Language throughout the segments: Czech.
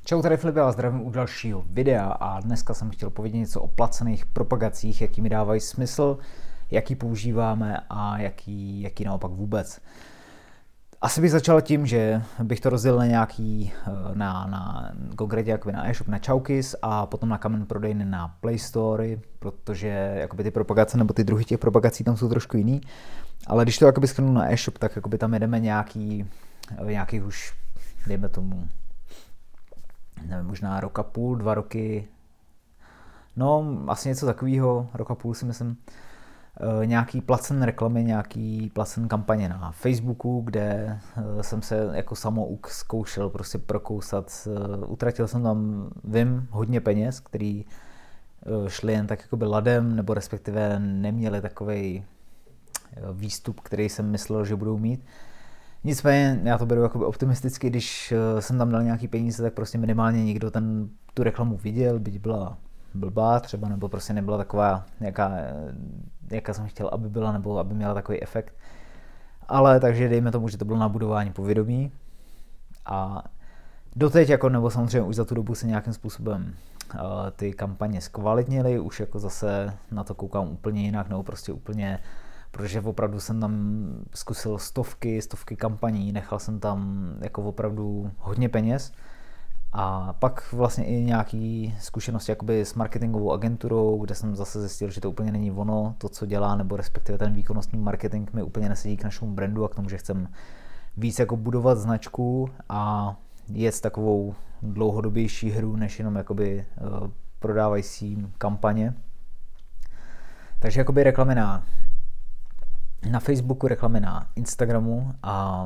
Čau, tady Filip, já zdravím u dalšího videa a dneska jsem chtěl povědět něco o placených propagacích, jaký mi dávají smysl, jaký používáme a jaký naopak vůbec. Asi bych začal tím, že bych to rozdělil na nějaký, konkrétně jakoby na e-shop na Čaukys a potom na kamen prodejny na Play Store, protože jakoby ty propagace nebo ty druhy těch propagací tam jsou trošku jiný. Ale když to jakoby shrnu na e-shop, tak jakoby tam jedeme nějaký už, dejme tomu, nevím, možná rok a půl, 2 roky, no asi něco takového, rok a půl si myslím, nějaký placen reklamy, nějaký placen kampaně na Facebooku, kde jsem se jako samouk zkoušel prostě prokousat. Utratil jsem tam, vím, hodně peněz, který šli jen tak jakoby ladem, nebo respektive neměli takovej výstup, který jsem myslel, že budou mít. Nicméně já to beru jakoby optimisticky, když jsem tam dal nějaký peníze, tak prostě minimálně někdo tu reklamu viděl, byť byla blbá třeba, nebo prostě nebyla taková, jaká jsem chtěl, aby byla, nebo aby měla takový efekt. Ale takže dejme tomu, že to bylo na budování povědomí. A doteď, nebo samozřejmě už za tu dobu se nějakým způsobem ty kampaně zkvalitnily, už jako zase na to koukám úplně jinak, nebo prostě úplně, protože opravdu jsem tam zkusil stovky kampaní, nechal jsem tam jako opravdu hodně peněz. A pak vlastně i nějaký zkušenosti jakoby s marketingovou agenturou, kde jsem zase zjistil, že to úplně není ono, to, co dělá, nebo respektive ten výkonnostní marketing mi úplně nesedí k našemu brandu a k tomu, že chcem víc jako budovat značku a jet takovou dlouhodobější hru, než jenom jakoby prodávající kampaně. Takže jakoby reklamy na Facebooku, reklamy na Instagramu a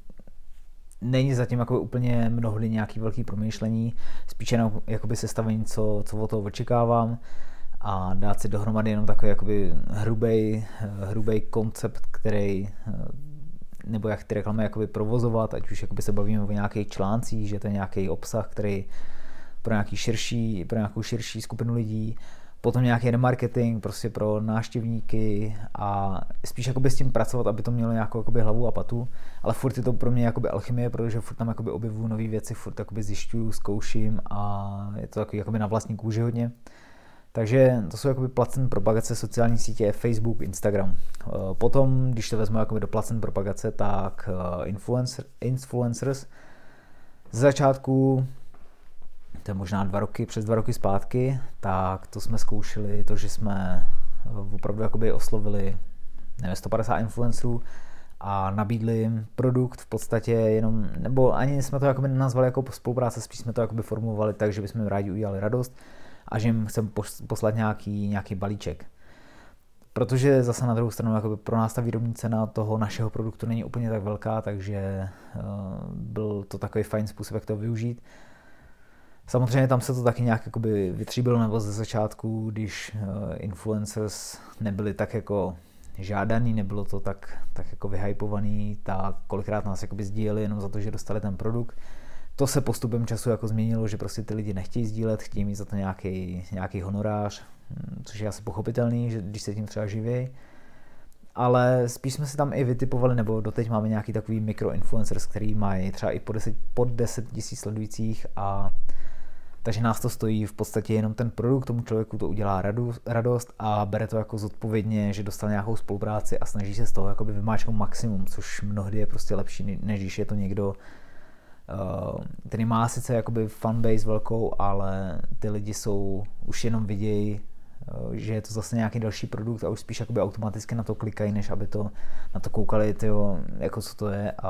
není zatím jako úplně mnohdy nějaký velký promýšlení, spíše jenom jakoby sestavení, co od toho očekávám a dát si dohromady jenom takový jakoby hrubej koncept, který nebo jak ty reklamy jakoby provozovat, ať už jakoby se bavíme o nějakých článcích, že to je nějaký obsah, který pro nějakou širší skupinu lidí, potom nějaký remarketing prostě pro návštěvníky a spíš jakoby s tím pracovat, aby to mělo nějakou jakoby hlavu a patu, ale furt je to pro mě jakoby alchymie, protože furt tam jakoby objevuju nové věci, furt jakoby zjišťuju, zkouším a je to takový jakoby na vlastní kůži hodně. Takže to jsou jakoby placen propagace sociální sítě Facebook, Instagram. Potom, když to vezmu jakoby do placen propagace, tak influencers z začátku, to je možná přes 2 roky zpátky, tak to jsme zkoušeli to, že jsme opravdu jakoby oslovili 150 influencerů a nabídli jim produkt v podstatě jenom, nebo ani jsme to jakoby nenazvali jako spolupráce, spíš jsme to jakoby formulovali tak, že bychom jim rádi udělali radost a že jim chceme poslat nějaký balíček. Protože zase na druhou stranu jakoby pro nás ta výrobní cena toho našeho produktu není úplně tak velká, takže byl to takový fajn způsob, jak to využít. Samozřejmě tam se to taky nějak jakoby vytříbilo, nebo ze začátku, když influencers nebyli tak jako žádaný, nebylo to tak jako vyhypovaný, tak kolikrát nás jakoby sdíleli jenom za to, že dostali ten produkt. To se postupem času jako změnilo, že prostě ty lidi nechtějí sdílet, chtějí mít za to nějaký honorář, což je asi pochopitelný, že když se tím třeba živí. Ale spíš jsme si tam i vytipovali, nebo doteď máme nějaký takový mikroinfluencers, který mají třeba i pod 10 000 sledujících a takže nás to stojí v podstatě jenom ten produkt, tomu člověku to udělá radost a bere to jako zodpovědně, že dostal nějakou spolupráci a snaží se z toho jakoby vymáčknout maximum, což mnohdy je prostě lepší, než když je to někdo, který má sice jakoby fanbase velkou, ale ty lidi už jenom vidějí, že je to zase nějaký další produkt a už spíš jakoby automaticky na to klikají, než aby to na to koukali, jako co to je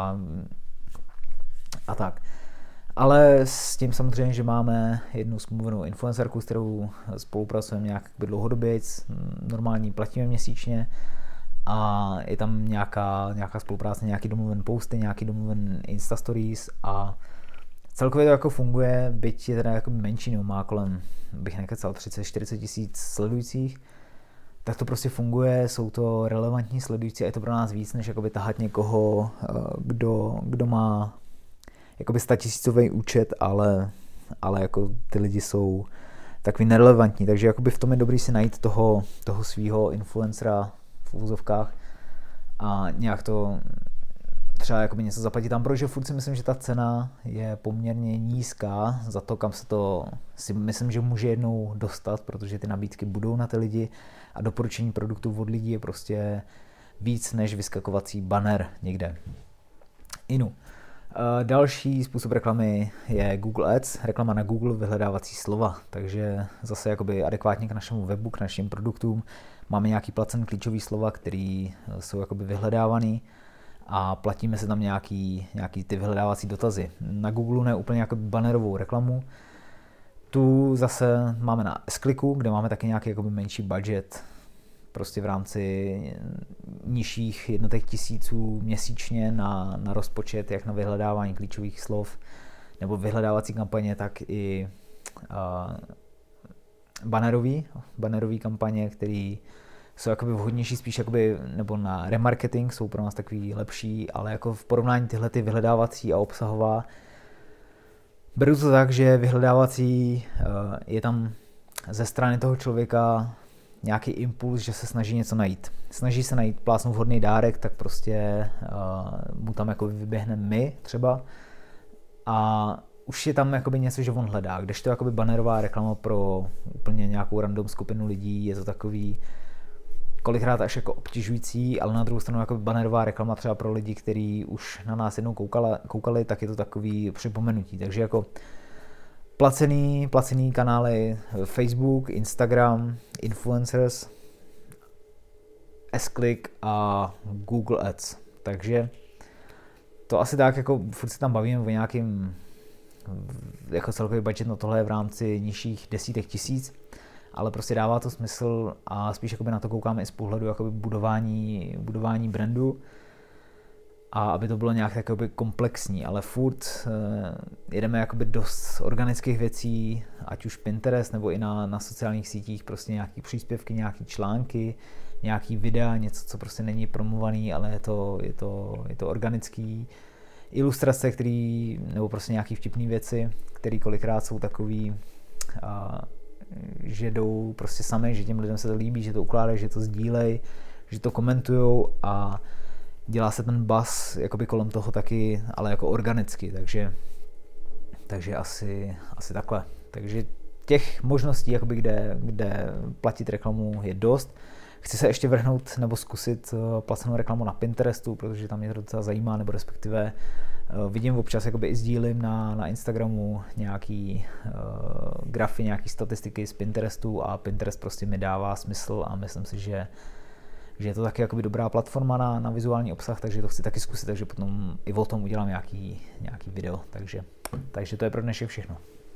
a tak. Ale s tím samozřejmě, že máme jednu smluvenou influencerku, s kterou spolupracujeme nějak dlouhodobě, normální platíme měsíčně a je tam nějaká spolupráce, nějaký domluven posty, nějaký domluven Insta Stories a celkově to jako funguje, byť je teda jako menší, nebo má kolem, bych nekecal, 30-40 tisíc sledujících, tak to prostě funguje, jsou to relevantní sledující a je to pro nás víc, než jakoby tahat někoho, kdo má jakoby 100 000 účet, ale jako ty lidi jsou takový nerelevantní, takže jakoby v tom je dobrý si najít toho svýho influencera v úvozovkách a nějak to třeba jakoby něco zaplatit tam, protože furt si myslím, že ta cena je poměrně nízká za to, kam se to si myslím, že může jednou dostat, protože ty nabídky budou na ty lidi a doporučení produktů od lidí je prostě víc než vyskakovací banner někde. Další způsob reklamy je Google Ads, reklama na Google, vyhledávací slova, takže zase jakoby adekvátně k našemu webu, k našim produktům máme nějaký placený klíčový slova, který jsou jakoby vyhledávaný a platíme se tam nějaký ty vyhledávací dotazy. Na Google ne úplně jako bannerovou reklamu, tu zase máme na S-Clicku, kde máme taky nějaký jakoby menší budget, prostě v rámci nižších jednotek tisíců měsíčně na rozpočet, jak na vyhledávání klíčových slov, nebo vyhledávací kampaně, tak i bannerový kampaně, které jsou jakoby vhodnější spíš jakoby, nebo na remarketing, jsou pro nás takový lepší, ale jako v porovnání tyhle ty vyhledávací a obsahová, beru to tak, že vyhledávací je tam ze strany toho člověka nějaký impuls, že se snaží něco najít. Snaží se najít, plásnout vhodný dárek, tak prostě mu tam jako vyběhneme my třeba a už je tam jakoby něco, že on hledá. Kdežto jakoby bannerová reklama pro úplně nějakou random skupinu lidí, je to takový kolikrát až jako obtěžující, ale na druhou stranu jako bannerová reklama třeba pro lidi, kteří už na nás jednou koukali, tak je to takový připomenutí. Takže jako placený kanály Facebook, Instagram, influencers, S-Click a Google Ads. Takže to asi tak, jako furt se tam bavíme o nějakým jako celkový budget, no tohle je v rámci nižších desítek tisíc, ale prostě dává to smysl a spíš jakoby na to koukáme i z pohledu jakoby budování brandu a aby to bylo nějak jakoby komplexní, ale furt jedeme jakoby dost organických věcí, ať už Pinterest nebo i na sociálních sítích, prostě nějaký příspěvky, nějaký články, nějaký videa, něco, co prostě není promovaný, ale je to organický, ilustrace, nebo prostě nějaký vtipný věci, které kolikrát jsou takový, že jdou prostě sami, že těm lidem se to líbí, že to ukládají, že to sdílejí, že to komentujou a dělá se ten buzz jakoby kolem toho taky, ale jako organicky, takže asi takhle. Takže těch možností, jakoby kde platit reklamu je dost. Chci se ještě vrhnout nebo zkusit placenou reklamu na Pinterestu, protože tam mě to docela zajímá, nebo respektive vidím občas, jakoby i sdílím na Instagramu nějaký grafy, nějaký statistiky z Pinterestu a Pinterest prostě mi dává smysl a myslím si, že je to taky jakoby dobrá platforma na vizuální obsah, takže to chci taky zkusit, takže potom i o tom udělám nějaký video, takže to je pro dnešek všechno.